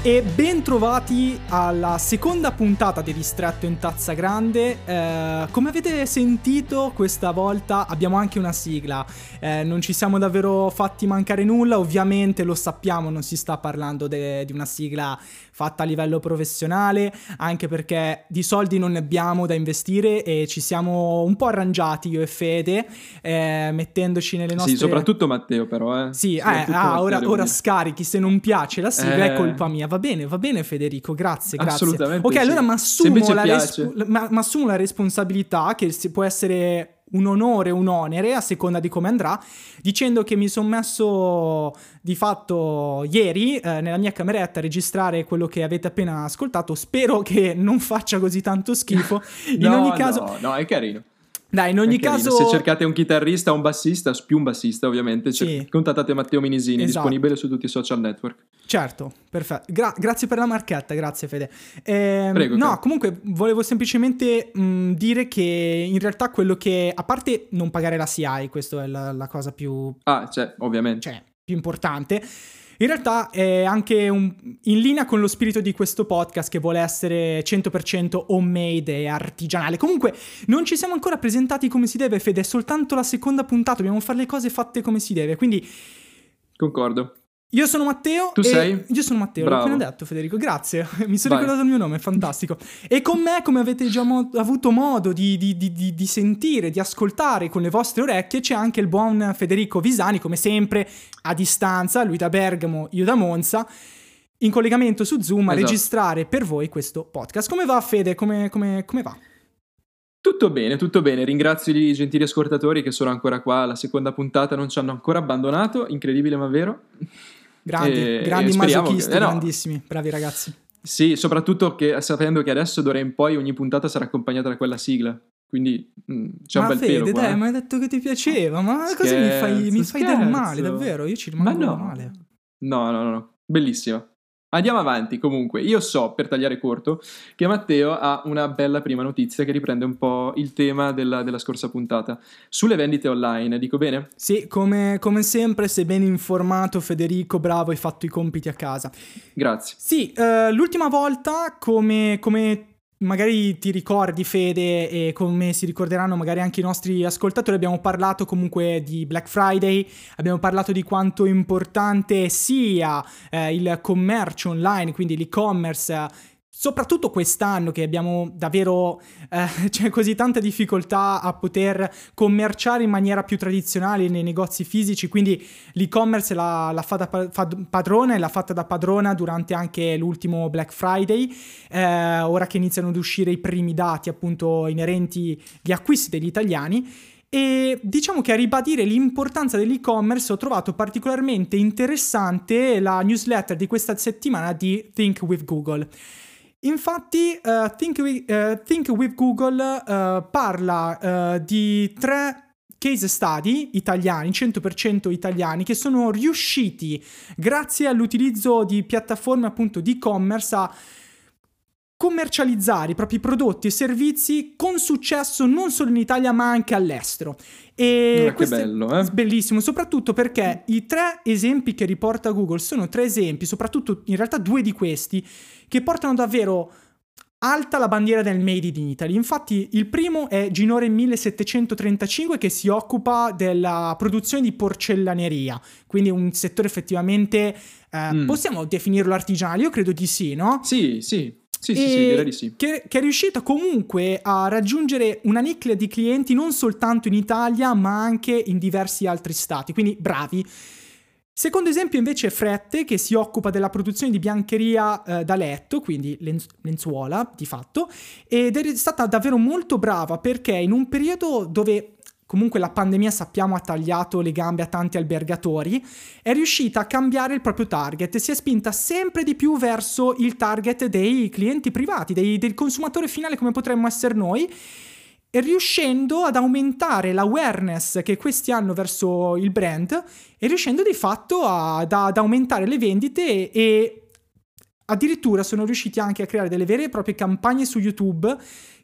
E ben trovati alla seconda puntata di Ristretto in Tazza Grande. Come avete sentito, questa volta abbiamo anche una sigla. Non ci siamo davvero fatti mancare nulla. Ovviamente lo sappiamo, non si sta parlando di una sigla fatta a livello professionale, anche perché di soldi non ne abbiamo da investire e ci siamo un po' arrangiati io e Fede, mettendoci nelle nostre... Sì, soprattutto Matteo però, Sì, Matteo, ora scarichi, se non piace la sigla è colpa mia. Va bene Federico, grazie. Assolutamente. Ok, sì. allora mi assumo assumo la responsabilità, che può essere un onore o un onere a seconda di come andrà, dicendo che mi sono messo di fatto ieri nella mia cameretta a registrare quello che avete appena ascoltato. Spero che non faccia così tanto schifo. In ogni caso... No, è carino. Dai, in ogni caso... Se cercate un chitarrista o un bassista, più un bassista ovviamente, sì. Contattate Matteo Minisini, esatto. Disponibile su tutti i social network. Certo, perfetto. Grazie per la marchetta, grazie Fede. Prego. No, comunque volevo semplicemente dire che in realtà quello che, a parte non pagare la CI, questa è la cosa più... ovviamente. Cioè, più importante. In realtà è anche in linea con lo spirito di questo podcast, che vuole essere 100% homemade e artigianale. Comunque non ci siamo ancora presentati come si deve, Fede, è soltanto la seconda puntata, dobbiamo fare le cose fatte come si deve, quindi... Concordo. Io sono Matteo. Tu sei? Io sono Matteo, Bravo. l'ho appena detto, Federico, grazie. Mi sono ricordato il mio nome, è fantastico. E con me, come avete già avuto modo di sentire, di ascoltare con le vostre orecchie, c'è anche il buon Federico Visani, come sempre, a distanza, lui da Bergamo, io da Monza, in collegamento su Zoom a registrare per voi questo podcast. Come va, Fede? Come va? Tutto bene. Ringrazio i gentili ascoltatori che sono ancora qua alla seconda puntata, non ci hanno ancora abbandonato, incredibile ma vero. Grandi masochisti, grandissimi, bravi ragazzi. Sì, soprattutto sapendo che adesso d'ora in poi ogni puntata sarà accompagnata da quella sigla, quindi c'è un bel Fede, pelo qua. Dai, ma hai detto che ti piaceva, ma così mi fai del male, davvero, io ci rimango male. No, bellissima. Andiamo avanti, comunque. Io so, per tagliare corto, che Matteo ha una bella prima notizia che riprende un po' il tema della scorsa puntata. Sulle vendite online, dico bene? Sì, come sempre, sei ben informato, Federico, bravo, hai fatto i compiti a casa. Grazie. Sì, l'ultima volta, come magari ti ricordi, Fede, e come si ricorderanno magari anche i nostri ascoltatori, abbiamo parlato comunque di Black Friday, abbiamo parlato di quanto importante sia il commercio online, quindi l'e-commerce, soprattutto quest'anno che abbiamo davvero c'è così tanta difficoltà a poter commerciare in maniera più tradizionale nei negozi fisici, quindi l'e-commerce l'ha fatta padrona e l'ha fatta da padrona durante anche l'ultimo Black Friday, ora che iniziano ad uscire i primi dati appunto inerenti agli acquisti degli italiani. E diciamo che a ribadire l'importanza dell'e-commerce ho trovato particolarmente interessante la newsletter di questa settimana di Think with Google. Infatti Think with Google parla di 3 case study italiani, 100% italiani, che sono riusciti, grazie all'utilizzo di piattaforme appunto di e-commerce, a commercializzare i propri prodotti e servizi con successo non solo in Italia ma anche all'estero. E che bello, bellissimo, soprattutto perché i 3 esempi che riporta Google sono 3 esempi, soprattutto in realtà 2 di questi, che portano davvero alta la bandiera del Made in Italy. Infatti il primo è Ginore 1735, che si occupa della produzione di porcellaneria, quindi un settore effettivamente possiamo definirlo artigianale? Io credo di sì, no? Sì, direi di sì. Che è riuscita comunque a raggiungere una nicchia di clienti non soltanto in Italia ma anche in diversi altri stati, quindi bravi. Secondo esempio invece è Frette, che si occupa della produzione di biancheria da letto, quindi lenzuola di fatto, ed è stata davvero molto brava perché in un periodo dove comunque la pandemia sappiamo ha tagliato le gambe a tanti albergatori, è riuscita a cambiare il proprio target, si è spinta sempre di più verso il target dei clienti privati, del consumatore finale come potremmo essere noi, e riuscendo ad aumentare l'awareness che questi hanno verso il brand e riuscendo di fatto ad aumentare le vendite e addirittura sono riusciti anche a creare delle vere e proprie campagne su YouTube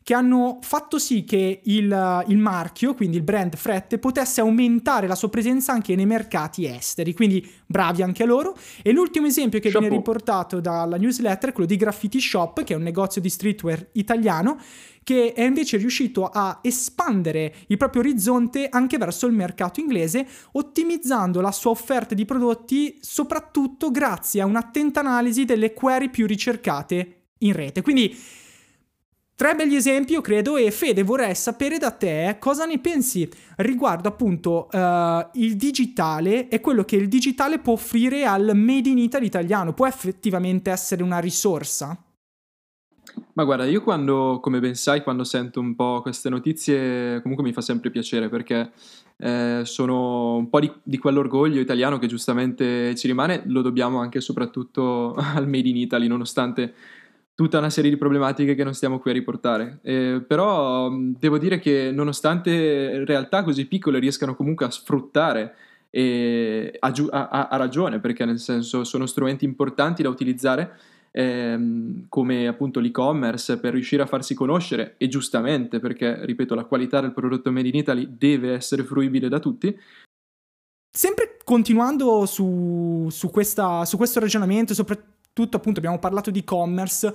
che hanno fatto sì che il marchio, quindi il brand Frette, potesse aumentare la sua presenza anche nei mercati esteri, quindi bravi anche a loro. E l'ultimo esempio che viene riportato dalla newsletter è quello di Graffiti Shop, che è un negozio di streetwear italiano, che è invece riuscito a espandere il proprio orizzonte anche verso il mercato inglese, ottimizzando la sua offerta di prodotti soprattutto grazie a un'attenta analisi delle query più ricercate in rete. Quindi 3 begli esempi, io credo. E Fede, vorrei sapere da te cosa ne pensi riguardo appunto il digitale e quello che il digitale può offrire al Made in Italy italiano. Può effettivamente essere una risorsa? Ma guarda, io come ben sai, quando sento un po' queste notizie, comunque mi fa sempre piacere, perché sono un po' di quell'orgoglio italiano che giustamente ci rimane, lo dobbiamo anche e soprattutto al Made in Italy, nonostante tutta una serie di problematiche che non stiamo qui a riportare. Però devo dire che nonostante realtà così piccole riescano comunque a sfruttare, e ha ragione, perché nel senso sono strumenti importanti da utilizzare, come appunto l'e-commerce, per riuscire a farsi conoscere, e giustamente, perché ripeto, la qualità del prodotto Made in Italy deve essere fruibile da tutti. Sempre continuando su questo ragionamento, soprattutto appunto abbiamo parlato di e-commerce,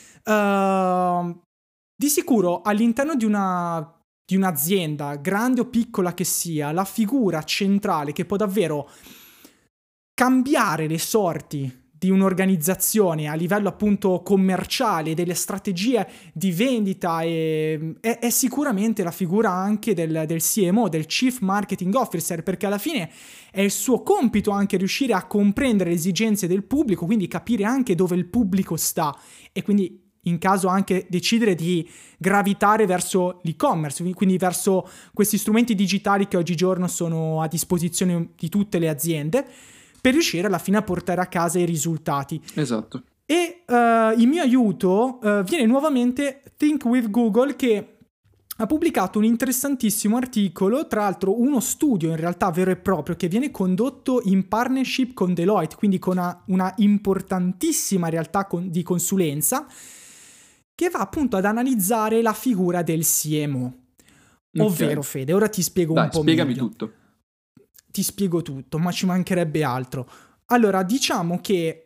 di sicuro all'interno di un'azienda, grande o piccola che sia, la figura centrale che può davvero cambiare le sorti di un'organizzazione a livello appunto commerciale, delle strategie di vendita, è sicuramente la figura anche del CMO, del Chief Marketing Officer, perché alla fine è il suo compito anche riuscire a comprendere le esigenze del pubblico, quindi capire anche dove il pubblico sta, e quindi in caso anche decidere di gravitare verso l'e-commerce, quindi verso questi strumenti digitali che oggigiorno sono a disposizione di tutte le aziende, per riuscire alla fine a portare a casa i risultati. Esatto. E in mio aiuto viene nuovamente Think with Google, che ha pubblicato un interessantissimo articolo, tra l'altro uno studio in realtà vero e proprio, che viene condotto in partnership con Deloitte, quindi con una importantissima realtà di consulenza, che va appunto ad analizzare la figura del CMO. Ovvero, okay, Fede, ora ti spiego un po' spiegami meglio. Tutto. Ti spiego tutto, ma ci mancherebbe altro. Allora, diciamo che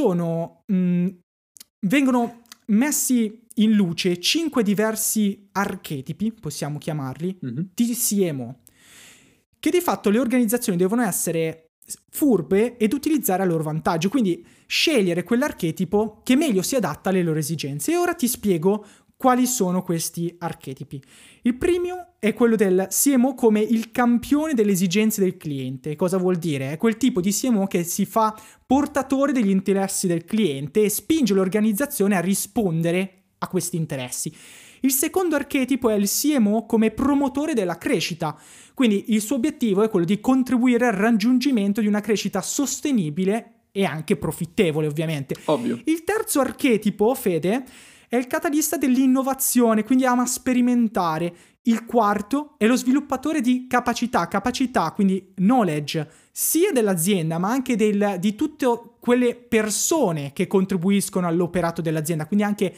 vengono messi in luce 5 diversi archetipi, possiamo chiamarli, di CMO, che di fatto le organizzazioni devono essere furbe ed utilizzare a loro vantaggio, quindi scegliere quell'archetipo che meglio si adatta alle loro esigenze. E ora ti spiego quali sono questi archetipi. Il primo è quello del CMO come il campione delle esigenze del cliente. Cosa vuol dire? È quel tipo di CMO che si fa portatore degli interessi del cliente e spinge l'organizzazione a rispondere a questi interessi. Il secondo archetipo è il CMO come promotore della crescita, quindi il suo obiettivo è quello di contribuire al raggiungimento di una crescita sostenibile e anche profittevole, ovviamente. Ovvio. Il terzo archetipo, Fede, è il catalista dell'innovazione, quindi ama sperimentare. Il quarto è lo sviluppatore di capacità, quindi knowledge, sia dell'azienda ma anche di tutte quelle persone che contribuiscono all'operato dell'azienda, quindi anche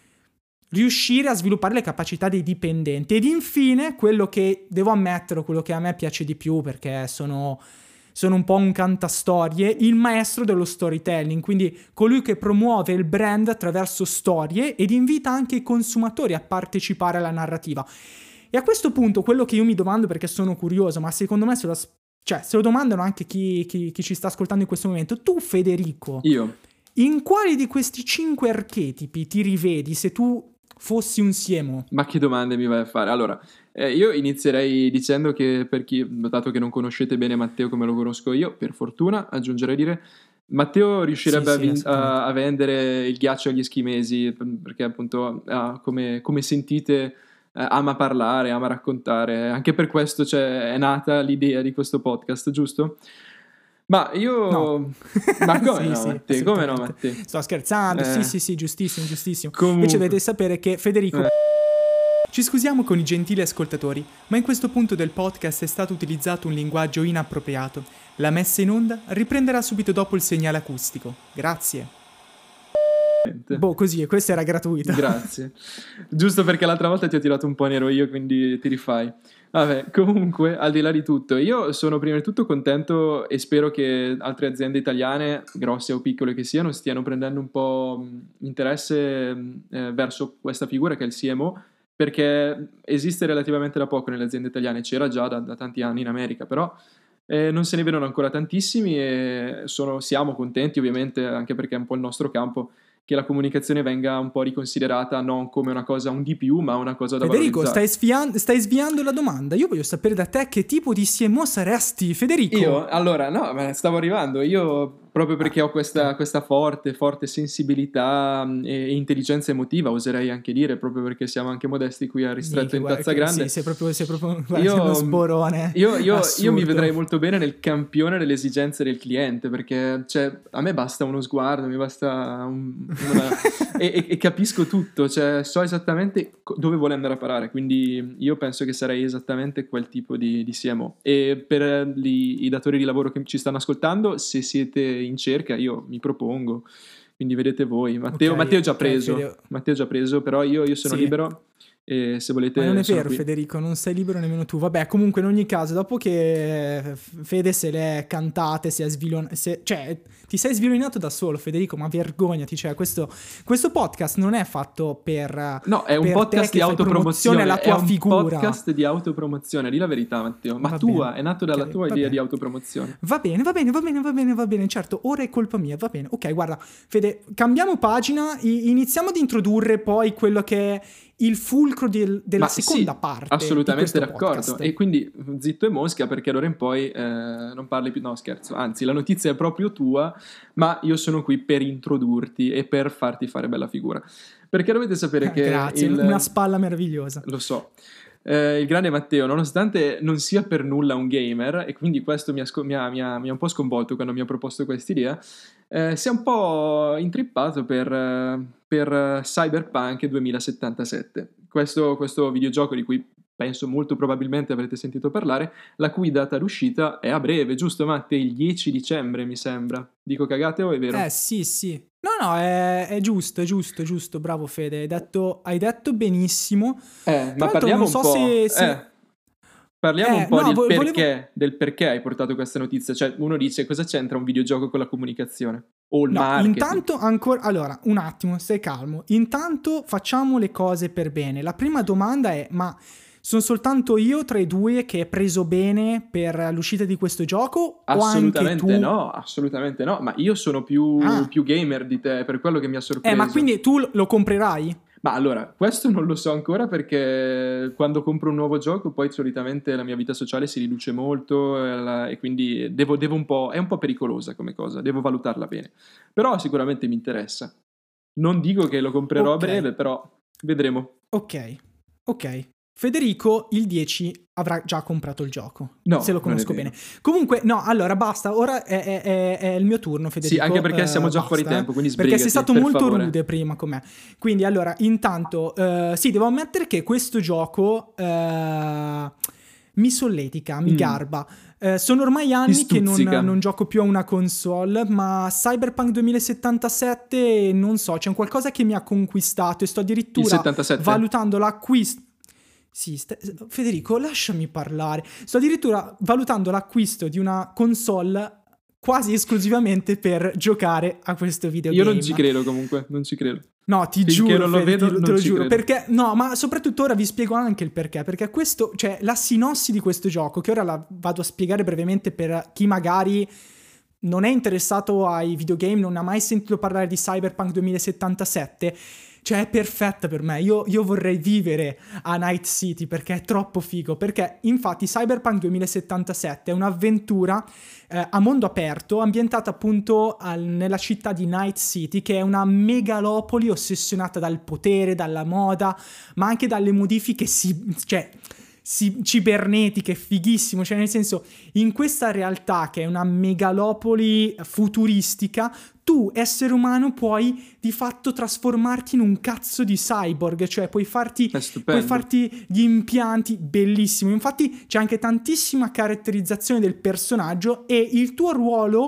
riuscire a sviluppare le capacità dei dipendenti. Ed infine, quello che devo ammettere, quello che a me piace di più, perché sono un po' un cantastorie, il maestro dello storytelling, quindi colui che promuove il brand attraverso storie ed invita anche i consumatori a partecipare alla narrativa. E a questo punto quello che io mi domando, perché sono curioso, ma secondo me se lo domandano anche chi ci sta ascoltando in questo momento: tu, Federico, io in quali di questi 5 archetipi ti rivedi se tu fossi un CMO? Ma che domande mi vai a fare? Allora, io inizierei dicendo che, per chi, dato che non conoscete bene Matteo come lo conosco io, per fortuna, aggiungerei dire, Matteo riuscirebbe a vendere il ghiaccio agli eschimesi, perché appunto come sentite ama parlare, ama raccontare, anche per questo è nata l'idea di questo podcast, giusto? Ma io... No. Ma come sì, no, Matteo? Come no, Matteo? Sto scherzando, sì, giustissimo. Comunque. Invece dovete sapere che Federico... Ci scusiamo con i gentili ascoltatori, ma in questo punto del podcast è stato utilizzato un linguaggio inappropriato. La messa in onda riprenderà subito dopo il segnale acustico. Grazie. Boh, così, questa era gratuita. Grazie. Giusto perché l'altra volta ti ho tirato un po' nero io, quindi ti rifai. Vabbè, comunque, al di là di tutto, io sono prima di tutto contento e spero che altre aziende italiane, grosse o piccole che siano, stiano prendendo un po' interesse verso questa figura che è il CMO, perché esiste relativamente da poco nelle aziende italiane, c'era già da tanti anni in America, però non se ne vedono ancora tantissimi e siamo contenti ovviamente, anche perché è un po' il nostro campo, che la comunicazione venga un po' riconsiderata non come una cosa un di più, ma una cosa da Federico, valorizzare. stai sviando la domanda. Io voglio sapere da te che tipo di CMO saresti, Federico. Io? Allora, no, ma stavo arrivando. Io, proprio perché ho questa forte sensibilità e intelligenza emotiva, oserei anche dire, proprio perché siamo anche modesti qui a Ristretto in Tazza Grande. Sì, sei proprio uno sborone. Io mi vedrei molto bene nel campione delle esigenze del cliente, perché a me basta uno sguardo, mi basta e capisco tutto, so esattamente dove vuole andare a parare, quindi io penso che sarei esattamente quel tipo di CMO. E per i datori di lavoro che ci stanno ascoltando, se siete in cerca, io mi propongo, quindi vedete voi. Matteo è già preso, Matteo è già preso, però io sono libero. E se volete, ma non è vero, Federico, non sei libero nemmeno tu. Vabbè, comunque in ogni caso, dopo che Fede se l'è cantate, cioè ti sei sviolinato da solo, Federico, ma vergognati, cioè questo podcast non è fatto per no, è un podcast di autopromozione, alla tua figura. È un podcast di autopromozione, di la verità, Matteo, ma è nato dalla tua idea di autopromozione. Va bene, certo, ora è colpa mia, va bene. Ok, guarda, Fede, cambiamo pagina, iniziamo ad introdurre poi quello che è il fulcro della seconda parte. Assolutamente d'accordo. Podcast. E quindi zitto e mosca, perché d'ora in poi non parli più. No, scherzo. Anzi, la notizia è proprio tua, ma io sono qui per introdurti e per farti fare bella figura. Perché dovete sapere che grazie, una spalla meravigliosa. Lo so. Il grande Matteo, nonostante non sia per nulla un gamer, e quindi questo mi ha un po' sconvolto quando mi ha proposto quest'idea, si è un po' intrippato per Cyberpunk 2077. Questo videogioco di cui penso molto probabilmente avrete sentito parlare, la cui data d'uscita è a breve, giusto Matte? Il 10 dicembre mi sembra. Dico cagate o è vero? Sì. No, è giusto, bravo Fede, hai detto benissimo. Ma parliamo un po'. Parliamo un po' del perché hai portato questa notizia. Cioè, uno dice, cosa c'entra un videogioco con la comunicazione? O il marketing? Intanto ancora... Allora, un attimo, stai calmo. Intanto facciamo le cose per bene. La prima domanda è, ma sono soltanto io tra i due che è preso bene per l'uscita di questo gioco? Assolutamente o anche tu? No, assolutamente no. Ma io sono più gamer di te, per quello che mi ha sorpreso. Ma quindi tu lo comprerai? Ma allora, questo non lo so ancora, perché quando compro un nuovo gioco poi solitamente la mia vita sociale si riduce molto e quindi devo un po', è un po' pericolosa come cosa, devo valutarla bene. Però sicuramente mi interessa. Non dico che lo comprerò a breve, però vedremo. Ok. Federico il 10 avrà già comprato il gioco, se lo conosco bene. Comunque, no, allora basta, ora è il mio turno, Federico. Sì, anche perché siamo già fuori tempo, quindi sbrigati, perché sei stato molto favore. rude prima con me. Quindi, allora, intanto, sì, devo ammettere che questo gioco mi solletica, mi garba. Sono ormai anni che non gioco più a una console, ma Cyberpunk 2077, non so, c'è un qualcosa che mi ha conquistato e sto addirittura valutando l'acquisto. Sì, Federico, lasciami parlare. Sto addirittura valutando l'acquisto di una console quasi esclusivamente per giocare a questo videogame. Io non ci credo comunque, non ci credo. No, ti finché giuro, non lo vedo, te lo giuro. Perché, no, ma soprattutto ora vi spiego anche il perché. Perché questo, cioè, la sinossi di questo gioco, che ora la vado a spiegare brevemente per chi magari non è interessato ai videogame, non ha mai sentito parlare di Cyberpunk 2077, cioè è perfetta per me. Io vorrei vivere a Night City perché è troppo figo. Perché infatti Cyberpunk 2077 è un'avventura a mondo aperto ambientata appunto nella città di Night City, che è una megalopoli ossessionata dal potere, dalla moda, ma anche dalle modifiche cibernetiche, fighissimo. Cioè, nel senso, in questa realtà che è una megalopoli futuristica, tu, essere umano, puoi di fatto trasformarti in un cazzo di cyborg, cioè puoi farti gli impianti, bellissimo. Infatti c'è anche tantissima caratterizzazione del personaggio e il tuo ruolo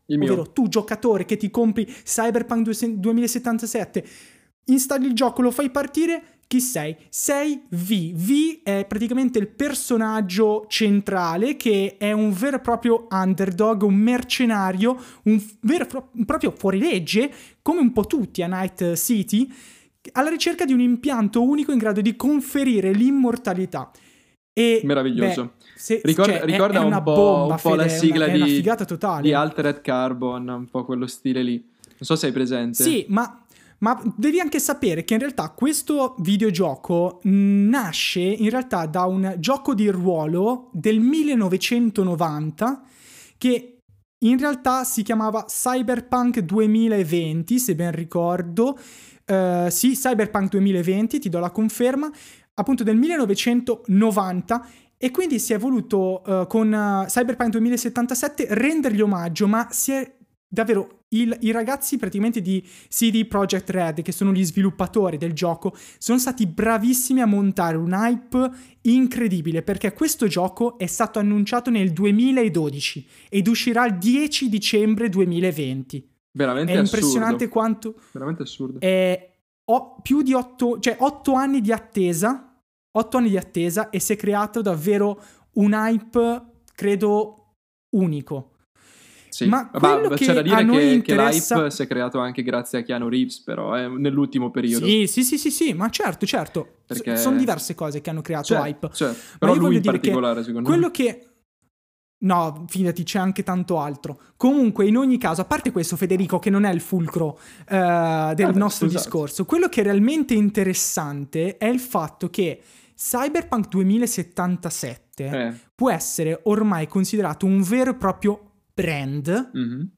Il mio. ovvero tu giocatore che ti compri Cyberpunk 2077, installi il gioco, lo fai partire, chi sei? Sei V. V è praticamente il personaggio centrale che è un vero e proprio underdog, un mercenario, un vero e proprio fuorilegge, come un po' tutti a Night City, alla ricerca di un impianto unico in grado di conferire l'immortalità. E, meraviglioso. Cioè, ricorda è una un bomba, po' la Fede, sigla è una figata totale. di Altered Carbon, un po' quello stile lì. Non so se hai presente. Sì, ma devi anche sapere che in realtà questo videogioco nasce in realtà da un gioco di ruolo del 1990 che in realtà si chiamava Cyberpunk 2020, se ben ricordo. Sì, Cyberpunk 2020, ti do la conferma, appunto del 1990, e quindi si è voluto con Cyberpunk 2077 rendergli omaggio, ma si è davvero i ragazzi praticamente di CD Projekt Red, che sono gli sviluppatori del gioco, sono stati bravissimi a montare un hype incredibile, perché questo gioco è stato annunciato nel 2012 ed uscirà il 10 dicembre 2020. Veramente è assurdo. Impressionante quanto veramente assurdo. Ho più di 8 anni di attesa, 8 anni di attesa, e si è creato davvero un hype, credo, unico. Sì. Ma quello c'è da che a noi dire interessa... che l'hype si è creato anche grazie a Keanu Reeves, però, nell'ultimo periodo. Sì, ma certo. Perché... sono diverse cose che hanno creato hype. Però io lui in dire particolare, che secondo quello me. che... No, fidati, c'è anche tanto altro. Comunque, in ogni caso, a parte questo, Federico, che non è il fulcro del nostro discorso, quello che è realmente interessante è il fatto che Cyberpunk 2077 può essere ormai considerato un vero e proprio brand,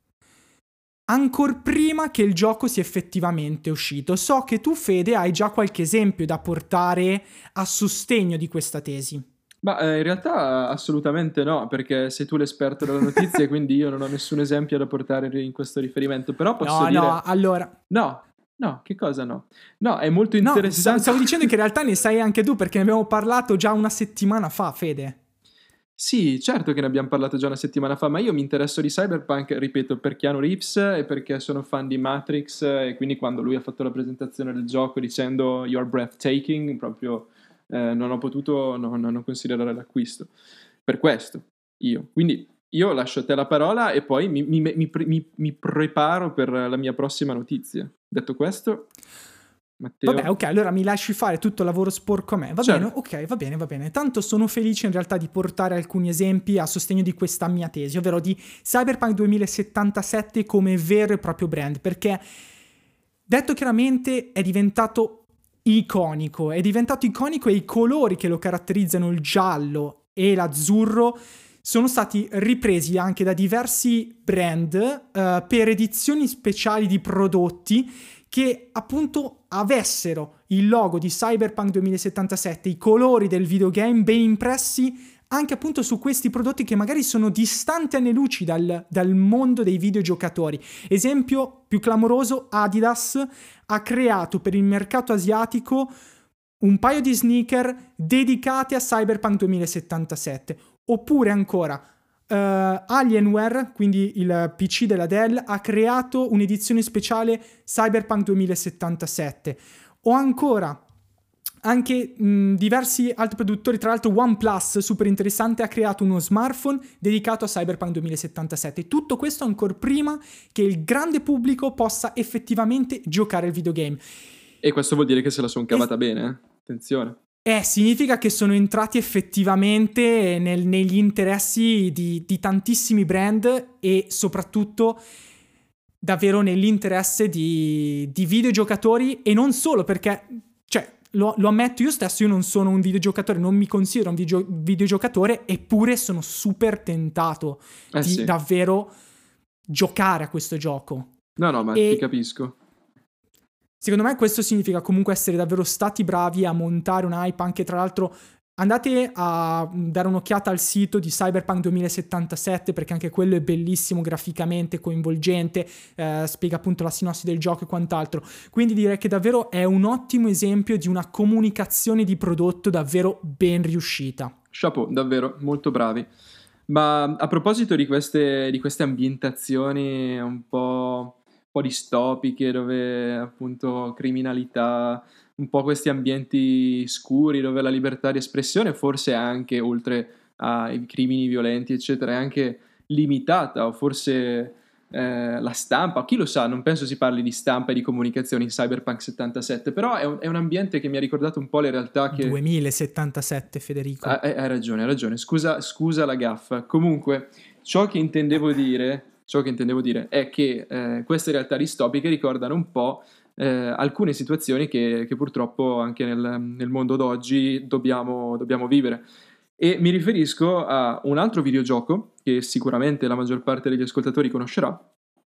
ancor prima che il gioco sia effettivamente uscito. So che tu, Fede, hai già qualche esempio da portare a sostegno di questa tesi. Ma in realtà assolutamente no, perché sei tu l'esperto della notizia, quindi io non ho nessun esempio da portare in questo riferimento, però posso dire... No, allora... No, che cosa no? No, è molto interessante... No, stavo dicendo che in realtà ne sai anche tu, perché ne abbiamo parlato già una settimana fa, Fede. Sì, certo che ne abbiamo parlato già una settimana fa, ma io mi interesso di Cyberpunk, ripeto, per Keanu Reeves e perché sono fan di Matrix, e quindi quando lui ha fatto la presentazione del gioco dicendo "You're breathtaking", proprio non ho potuto non considerare l'acquisto. Per questo, io. Quindi io lascio a te la parola e poi mi preparo per la mia prossima notizia. Detto questo... Matteo. Vabbè, ok, allora mi lasci fare tutto il lavoro sporco a me, va bene? Ok, va bene. Tanto sono felice in realtà di portare alcuni esempi a sostegno di questa mia tesi, ovvero di Cyberpunk 2077 come vero e proprio brand, perché detto chiaramente è diventato iconico e i colori che lo caratterizzano, il giallo e l'azzurro, sono stati ripresi anche da diversi brand per edizioni speciali di prodotti che appunto avessero il logo di Cyberpunk 2077, i colori del videogame ben impressi anche appunto su questi prodotti che magari sono distanti anni luci dal mondo dei videogiocatori. Esempio più clamoroso, Adidas ha creato per il mercato asiatico un paio di sneaker dedicate a Cyberpunk 2077. Oppure ancora Alienware, quindi il PC della Dell, ha creato un'edizione speciale Cyberpunk 2077. O ancora anche diversi altri produttori, tra l'altro OnePlus, super interessante, ha creato uno smartphone dedicato a Cyberpunk 2077. Tutto questo ancora prima che il grande pubblico possa effettivamente giocare al videogame. E questo vuol dire che se la sono cavata bene, attenzione. Significa che sono entrati effettivamente negli interessi di tantissimi brand e soprattutto davvero nell'interesse di videogiocatori, e non solo, perché, cioè, lo ammetto io stesso, io non sono un videogiocatore, non mi considero un videogiocatore, eppure sono super tentato di davvero giocare a questo gioco. No, ma ti capisco. Secondo me questo significa comunque essere davvero stati bravi a montare un hype. Anche tra l'altro andate a dare un'occhiata al sito di Cyberpunk 2077, perché anche quello è bellissimo, graficamente coinvolgente, spiega appunto la sinossi del gioco e quant'altro. Quindi direi che davvero è un ottimo esempio di una comunicazione di prodotto davvero ben riuscita. Chapeau, davvero, molto bravi. Ma a proposito di queste ambientazioni un po' distopiche, dove appunto criminalità, un po' questi ambienti scuri, dove la libertà di espressione forse anche, oltre ai crimini violenti, eccetera, è anche limitata, o forse la stampa, chi lo sa, non penso si parli di stampa e di comunicazione in Cyberpunk 77, però è un ambiente che mi ha ricordato un po' le realtà che... 2077, Federico. Hai ragione. Scusa la gaffa. Comunque, ciò che intendevo dire è che queste realtà distopiche ricordano un po' alcune situazioni che purtroppo anche nel mondo d'oggi dobbiamo vivere. E mi riferisco a un altro videogioco che sicuramente la maggior parte degli ascoltatori conoscerà,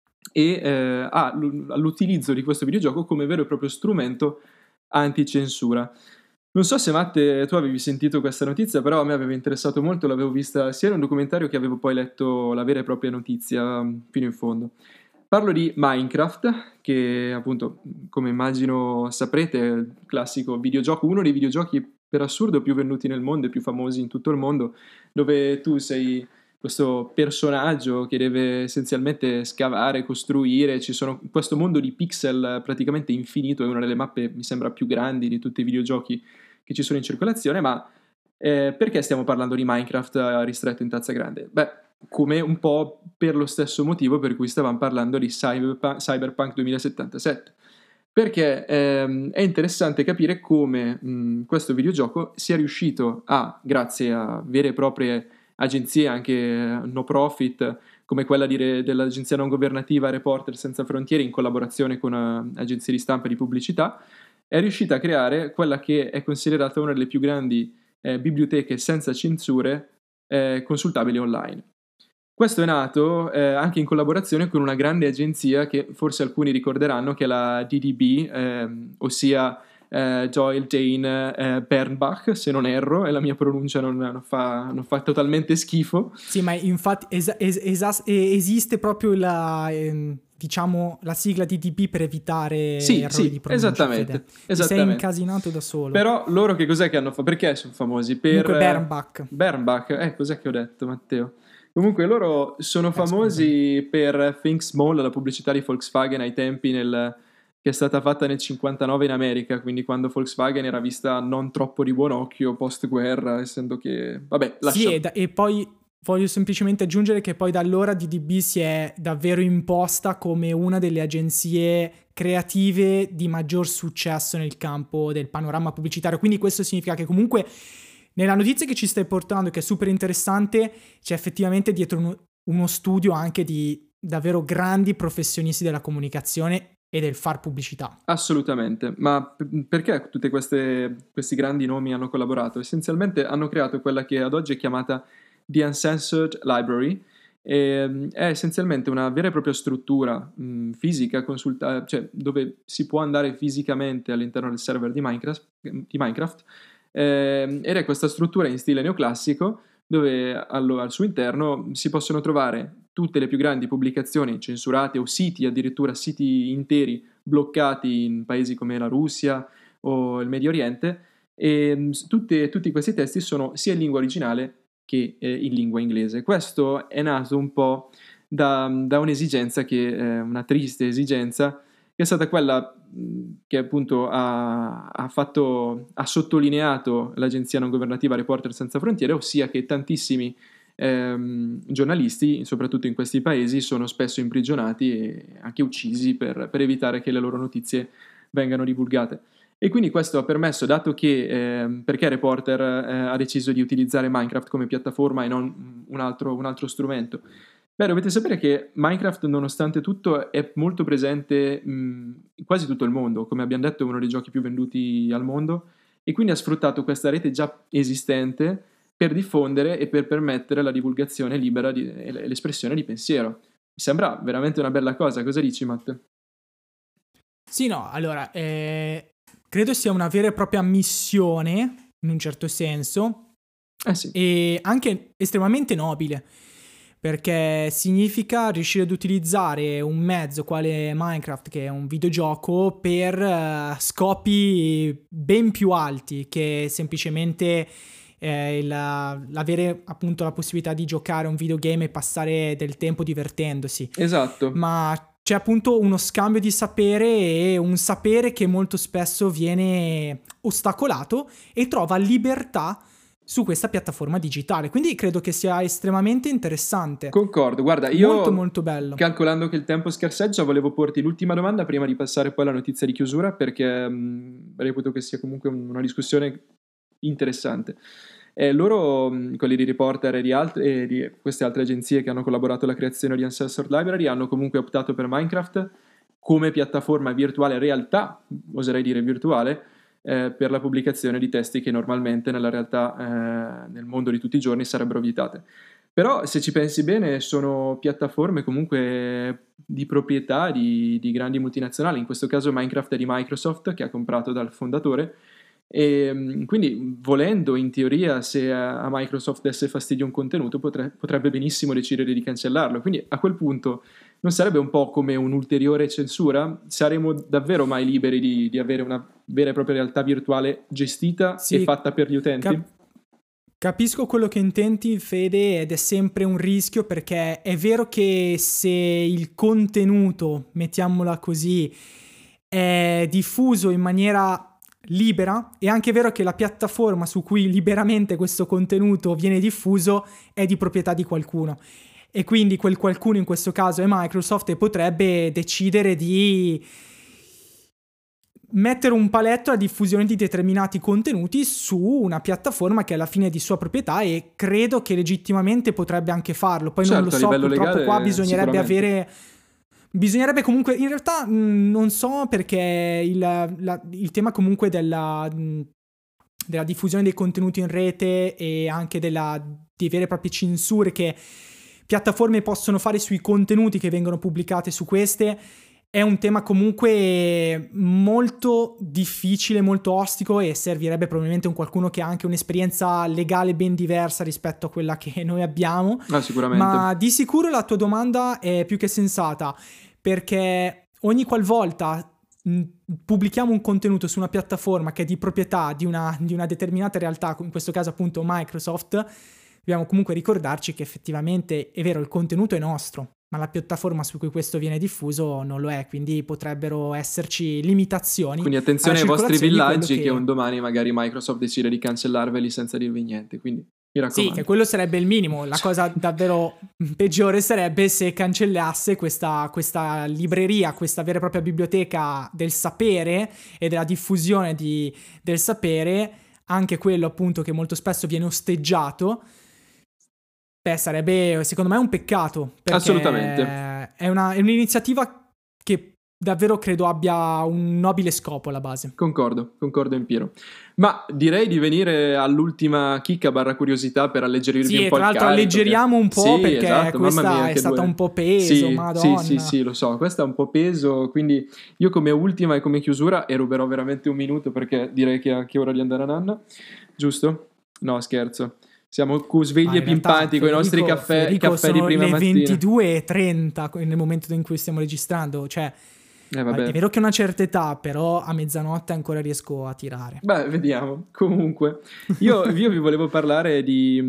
e all'utilizzo di questo videogioco come vero e proprio strumento anticensura. Non so se Matte tu avevi sentito questa notizia, però a me aveva interessato molto, l'avevo vista sia in un documentario che avevo poi letto la vera e propria notizia fino in fondo. Parlo di Minecraft, che appunto, come immagino saprete, è il classico videogioco, uno dei videogiochi per assurdo più venduti nel mondo e più famosi in tutto il mondo, dove tu sei questo personaggio che deve essenzialmente scavare, costruire, ci sono questo mondo di pixel praticamente infinito, è una delle mappe mi sembra più grandi di tutti i videogiochi che ci sono in circolazione, ma perché stiamo parlando di Minecraft ristretto in tazza grande? Beh, come un po' per lo stesso motivo per cui stavamo parlando di Cyberpunk 2077. Perché è interessante capire come questo videogioco sia riuscito grazie a vere e proprie agenzie anche no profit, come quella dell'agenzia non governativa Reporter Senza Frontiere in collaborazione con agenzie di stampa e di pubblicità, è riuscita a creare quella che è considerata una delle più grandi biblioteche senza censure consultabili online. Questo è nato anche in collaborazione con una grande agenzia che forse alcuni ricorderanno, che è la DDB, ossia Joel Jane Bernbach, se non erro, e la mia pronuncia non fa totalmente schifo. Sì, ma infatti esiste proprio la sigla DDB per evitare errori di pronuncia. Esattamente. Ti sei incasinato da solo. Però loro che cos'è che hanno fatto? Perché sono famosi? Comunque Bernbach. Bernbach, cos'è che ho detto, Matteo? Comunque loro sono famosi per Think Small, la pubblicità di Volkswagen ai tempi che è stata fatta nel 59 in America, quindi quando Volkswagen era vista non troppo di buon occhio post-guerra, essendo che... Vabbè, lasciamo. Sì, e poi voglio semplicemente aggiungere che poi da allora DDB si è davvero imposta come una delle agenzie creative di maggior successo nel campo del panorama pubblicitario, quindi questo significa che comunque... Nella notizia che ci stai portando, che è super interessante, c'è effettivamente dietro uno studio anche di davvero grandi professionisti della comunicazione e del far pubblicità. Assolutamente, ma perché tutti questi grandi nomi hanno collaborato? Essenzialmente hanno creato quella che ad oggi è chiamata The Uncensored Library, è essenzialmente una vera e propria struttura fisica, cioè dove si può andare fisicamente all'interno del server di Minecraft, ed è questa struttura in stile neoclassico dove al suo interno si possono trovare tutte le più grandi pubblicazioni censurate o addirittura siti interi bloccati in paesi come la Russia o il Medio Oriente, e tutti questi testi sono sia in lingua originale che in lingua inglese. Questo è nato un po' da un'esigenza una triste esigenza, che è stata quella che appunto ha sottolineato l'agenzia non governativa Reporter Senza Frontiere, ossia che tantissimi giornalisti, soprattutto in questi paesi, sono spesso imprigionati e anche uccisi per evitare che le loro notizie vengano divulgate. E quindi questo ha permesso, dato che perché Reporter ha deciso di utilizzare Minecraft come piattaforma e non un altro strumento? Beh, dovete sapere che Minecraft, nonostante tutto, è molto presente in quasi tutto il mondo. Come abbiamo detto, è uno dei giochi più venduti al mondo, e quindi ha sfruttato questa rete già esistente per diffondere e per permettere la divulgazione libera e l'espressione di pensiero. Mi sembra veramente una bella cosa. Cosa dici, Matt? Sì, no, allora, credo sia una vera e propria missione, in un certo senso, Sì. E anche estremamente nobile, perché significa riuscire ad utilizzare un mezzo quale Minecraft, che è un videogioco, per scopi ben più alti che semplicemente l'avere appunto la possibilità di giocare a un videogame e passare del tempo divertendosi. Esatto. Ma c'è appunto uno scambio di sapere e un sapere che molto spesso viene ostacolato e trova libertà su questa piattaforma digitale. Quindi credo che sia estremamente interessante. Concordo, guarda, io molto molto bello. Calcolando che il tempo scarseggia, volevo porti l'ultima domanda prima di passare poi alla notizia di chiusura, perché reputo che sia comunque una discussione interessante. Loro, quelli di Reporter e di queste altre agenzie che hanno collaborato alla creazione di Ancestor Library, hanno comunque optato per Minecraft come piattaforma virtuale, realtà, oserei dire virtuale, per la pubblicazione di testi che normalmente nella realtà, nel mondo di tutti i giorni, sarebbero vietate. Però se ci pensi bene sono piattaforme comunque di proprietà di grandi multinazionali, in questo caso Minecraft è di Microsoft, che ha comprato dal fondatore, e quindi volendo, in teoria, se a Microsoft desse fastidio un contenuto potrebbe benissimo decidere di cancellarlo, quindi a quel punto non sarebbe un po' come un'ulteriore censura? Saremo davvero mai liberi di avere una vera e propria realtà virtuale gestita e fatta per gli utenti? Capisco quello che intendi, Fede, ed è sempre un rischio, perché è vero che se il contenuto, mettiamola così, è diffuso in maniera libera, è anche vero che la piattaforma su cui liberamente questo contenuto viene diffuso è di proprietà di qualcuno. E quindi quel qualcuno in questo caso è Microsoft, e potrebbe decidere di mettere un paletto alla diffusione di determinati contenuti su una piattaforma che alla fine è di sua proprietà, e credo che legittimamente potrebbe anche farlo. Poi non lo so, purtroppo legale, qua bisognerebbe comunque, in realtà non so, perché il tema comunque della diffusione dei contenuti in rete e anche di vere e proprie censure che piattaforme possono fare sui contenuti che vengono pubblicati su queste è un tema comunque molto difficile, molto ostico, e servirebbe probabilmente un qualcuno che ha anche un'esperienza legale ben diversa rispetto a quella che noi abbiamo. Sicuramente. Ma di sicuro la tua domanda è più che sensata, perché ogni qualvolta pubblichiamo un contenuto su una piattaforma che è di proprietà di una determinata realtà, in questo caso appunto Microsoft, dobbiamo comunque ricordarci che effettivamente è vero, il contenuto è nostro, ma la piattaforma su cui questo viene diffuso non lo è, quindi potrebbero esserci limitazioni. Quindi attenzione ai vostri villaggi, che un domani magari Microsoft decide di cancellarveli senza dirvi niente, quindi mi raccomando. Sì, che quello sarebbe il minimo. La cosa davvero peggiore sarebbe se cancellasse questa libreria, questa vera e propria biblioteca del sapere e della diffusione del sapere, anche quello appunto che molto spesso viene osteggiato. Beh, sarebbe secondo me un peccato, perché assolutamente è un'iniziativa che davvero credo abbia un nobile scopo alla base. Concordo in pieno. Ma direi di venire all'ultima chicca / curiosità per alleggerirvi un po' il carico. Sì, tra l'altro alleggeriamo un po', perché esatto, questa è stata un po' peso, madonna. Sì, lo so, questa è un po' peso, quindi io come ultima e come chiusura, e ruberò veramente un minuto perché direi che è ora di andare a nanna, giusto? No, scherzo. Siamo svegli e pimpanti con i nostri caffè di prima mattina. Sono le 22:30 nel momento in cui stiamo registrando, cioè vabbè. È vero che ho una certa età, però a mezzanotte ancora riesco a tirare. Beh, vediamo. Comunque, io vi volevo parlare di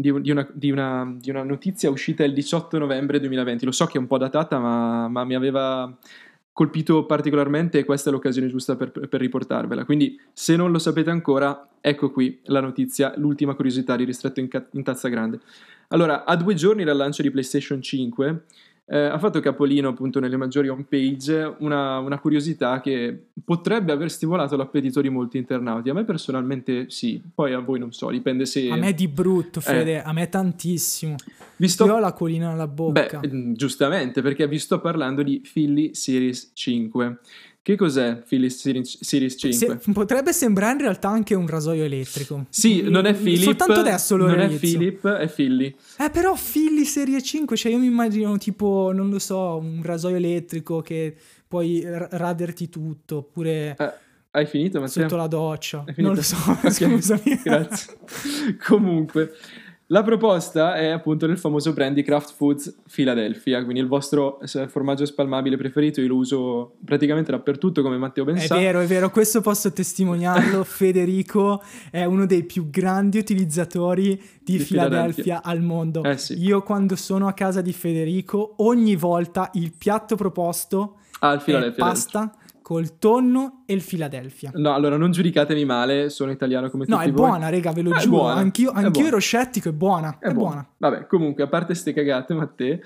una notizia uscita il 18 novembre 2020. Lo so che è un po' datata, ma mi aveva colpito particolarmente, e questa è l'occasione giusta per riportarvela. Quindi, se non lo sapete ancora, ecco qui la notizia, l'ultima curiosità di Ristretto in Tazza Grande. Allora, a 2 giorni dal lancio di PlayStation 5, ha fatto capolino appunto nelle maggiori home page una curiosità che potrebbe aver stimolato l'appetito di molti internauti. A me personalmente sì, poi a voi non so, dipende se... A me di brutto, Fede, a me tantissimo. Io ho l'acquolina alla bocca. Beh, giustamente, perché vi sto parlando di Philly Series 5. Che cos'è Philly Series 5? Potrebbe sembrare in realtà anche un rasoio elettrico. Sì, non è Philip. Soltanto adesso lo realizzo. Non è Philip, è Philly. Però Philly Serie 5, cioè io mi immagino tipo, non lo so, un rasoio elettrico che puoi raderti tutto, oppure... Hai finito, Matteo? Sotto la doccia. Non lo so, okay. Scusami. Grazie. Comunque, La proposta è appunto nel famoso brand di Kraft Foods Philadelphia, quindi il vostro formaggio spalmabile preferito. Io lo uso praticamente dappertutto, come Matteo ben sa. È vero, questo posso testimoniarlo. Federico è uno dei più grandi utilizzatori di Philadelphia al mondo. Sì. Io quando sono a casa di Federico, ogni volta il piatto proposto è pasta col tonno e il Philadelphia. No, allora non giudicatemi male, sono italiano come tutti voi. No, è buona, raga, ve lo giuro. Anch'io ero scettico, è buona. Vabbè, comunque, a parte ste cagate, Matteo,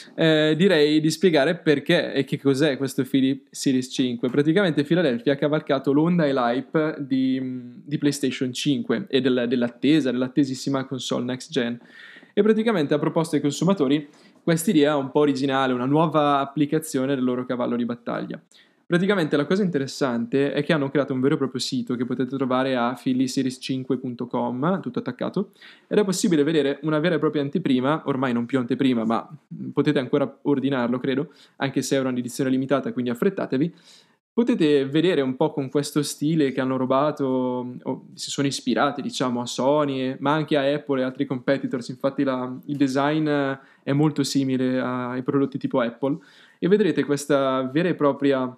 direi di spiegare perché e che cos'è questo Philly Series 5. Praticamente Philadelphia ha cavalcato l'onda e l'hype di PlayStation 5 e dell'attesissima console next gen. E praticamente ha proposto ai consumatori questa idea un po' originale, una nuova applicazione del loro cavallo di battaglia. Praticamente la cosa interessante è che hanno creato un vero e proprio sito che potete trovare a phillyseries5.com, tutto attaccato, ed è possibile vedere una vera e propria anteprima, ormai non più anteprima, ma potete ancora ordinarlo, credo, anche se è un'edizione limitata, quindi affrettatevi. Potete vedere un po' con questo stile che hanno rubato, o si sono ispirati, diciamo, a Sony, ma anche a Apple e altri competitors. Infatti il design è molto simile ai prodotti tipo Apple, e vedrete questa vera e propria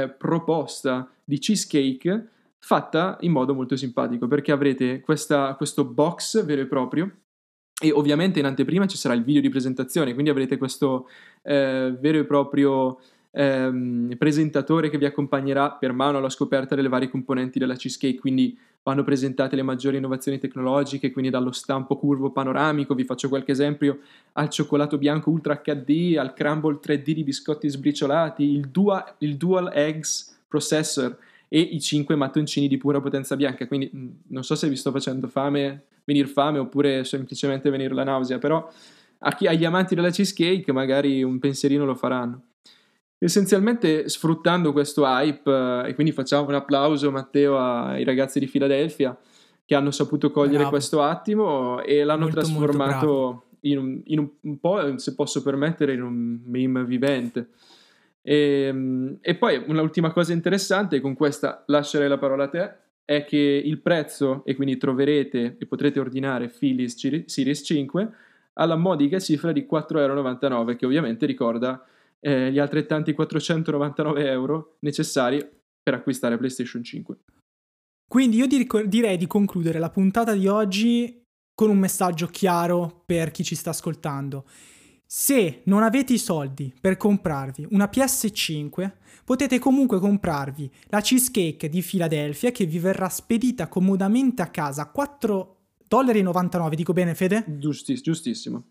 proposta di cheesecake fatta in modo molto simpatico, perché avrete questo box vero e proprio, e ovviamente in anteprima ci sarà il video di presentazione, quindi avrete questo vero e proprio presentatore che vi accompagnerà per mano alla scoperta delle varie componenti della cheesecake. Quindi vanno presentate le maggiori innovazioni tecnologiche, quindi dallo stampo curvo panoramico, vi faccio qualche esempio, al cioccolato bianco Ultra HD, al crumble 3D di biscotti sbriciolati, il dual eggs processor e i 5 mattoncini di pura potenza bianca. Quindi non so se vi sto facendo venire fame oppure semplicemente venire la nausea, però agli amanti della cheesecake magari un pensierino lo faranno. Essenzialmente, sfruttando questo hype, e quindi facciamo un applauso, Matteo, ai ragazzi di Philadelphia che hanno saputo cogliere questo attimo e l'hanno trasformato in un po', se posso permettere, in un meme vivente. E poi un'ultima cosa interessante, con questa lascerei la parola a te, è che il prezzo, e quindi troverete e potrete ordinare Philly Series 5 alla modica cifra di €4,99, che ovviamente ricorda gli altrettanti €499 necessari per acquistare PlayStation 5. Quindi io direi di concludere la puntata di oggi con un messaggio chiaro per chi ci sta ascoltando. Se non avete i soldi per comprarvi una PS5, potete comunque comprarvi la cheesecake di Philadelphia, che vi verrà spedita comodamente a casa a $4,99, dico bene, Fede? Giustissimo.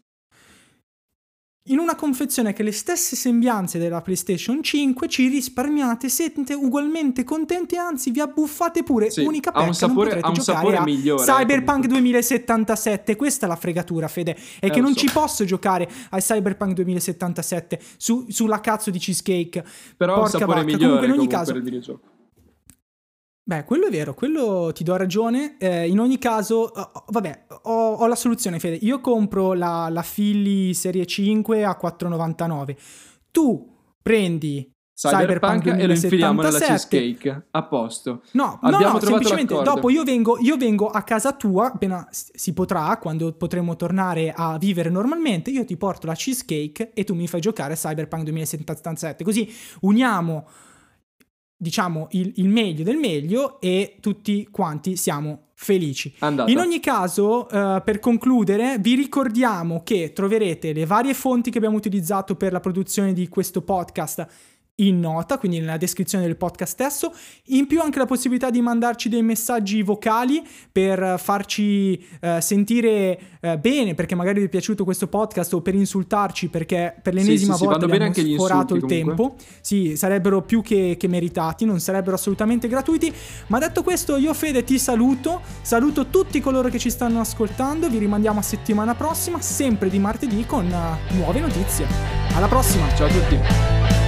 In una confezione che ha le stesse sembianze della PlayStation 5, ci risparmiate, siete ugualmente contenti, anzi vi abbuffate pure. Sì, unica pecca, non potrete giocare migliore, Cyberpunk 2077. Questa è la fregatura, Fede, è che non ci posso giocare a Cyberpunk 2077 sulla cazzo di cheesecake. Però porca un sapore vacca. migliore Comunque in ogni caso per il videogioco. Beh, quello è vero, quello ti do ragione. In ogni caso, vabbè, ho la soluzione, Fede. Io compro la Philly Serie 5 a $4,99. Tu prendi Cyberpunk 2077 e lo infiliamo nella cheesecake. A posto. No, semplicemente l'accordo. dopo io vengo a casa tua, appena si potrà, quando potremo tornare a vivere normalmente, io ti porto la cheesecake e tu mi fai giocare a Cyberpunk 2077. Così uniamo, diciamo, il meglio del meglio e tutti quanti siamo felici. Andata. In ogni caso, per concludere, vi ricordiamo che troverete le varie fonti che abbiamo utilizzato per la produzione di questo podcast in nota, quindi nella descrizione del podcast stesso. In più anche la possibilità di mandarci dei messaggi vocali per farci sentire bene, perché magari vi è piaciuto questo podcast, o per insultarci perché per l'ennesima volta abbiamo sforato il tempo. Sì, sarebbero più che meritati, non sarebbero assolutamente gratuiti. Ma detto questo, io, Fede, ti saluto tutti coloro che ci stanno ascoltando. Vi rimandiamo a settimana prossima, sempre di martedì, con nuove notizie. Alla prossima. Ciao a tutti.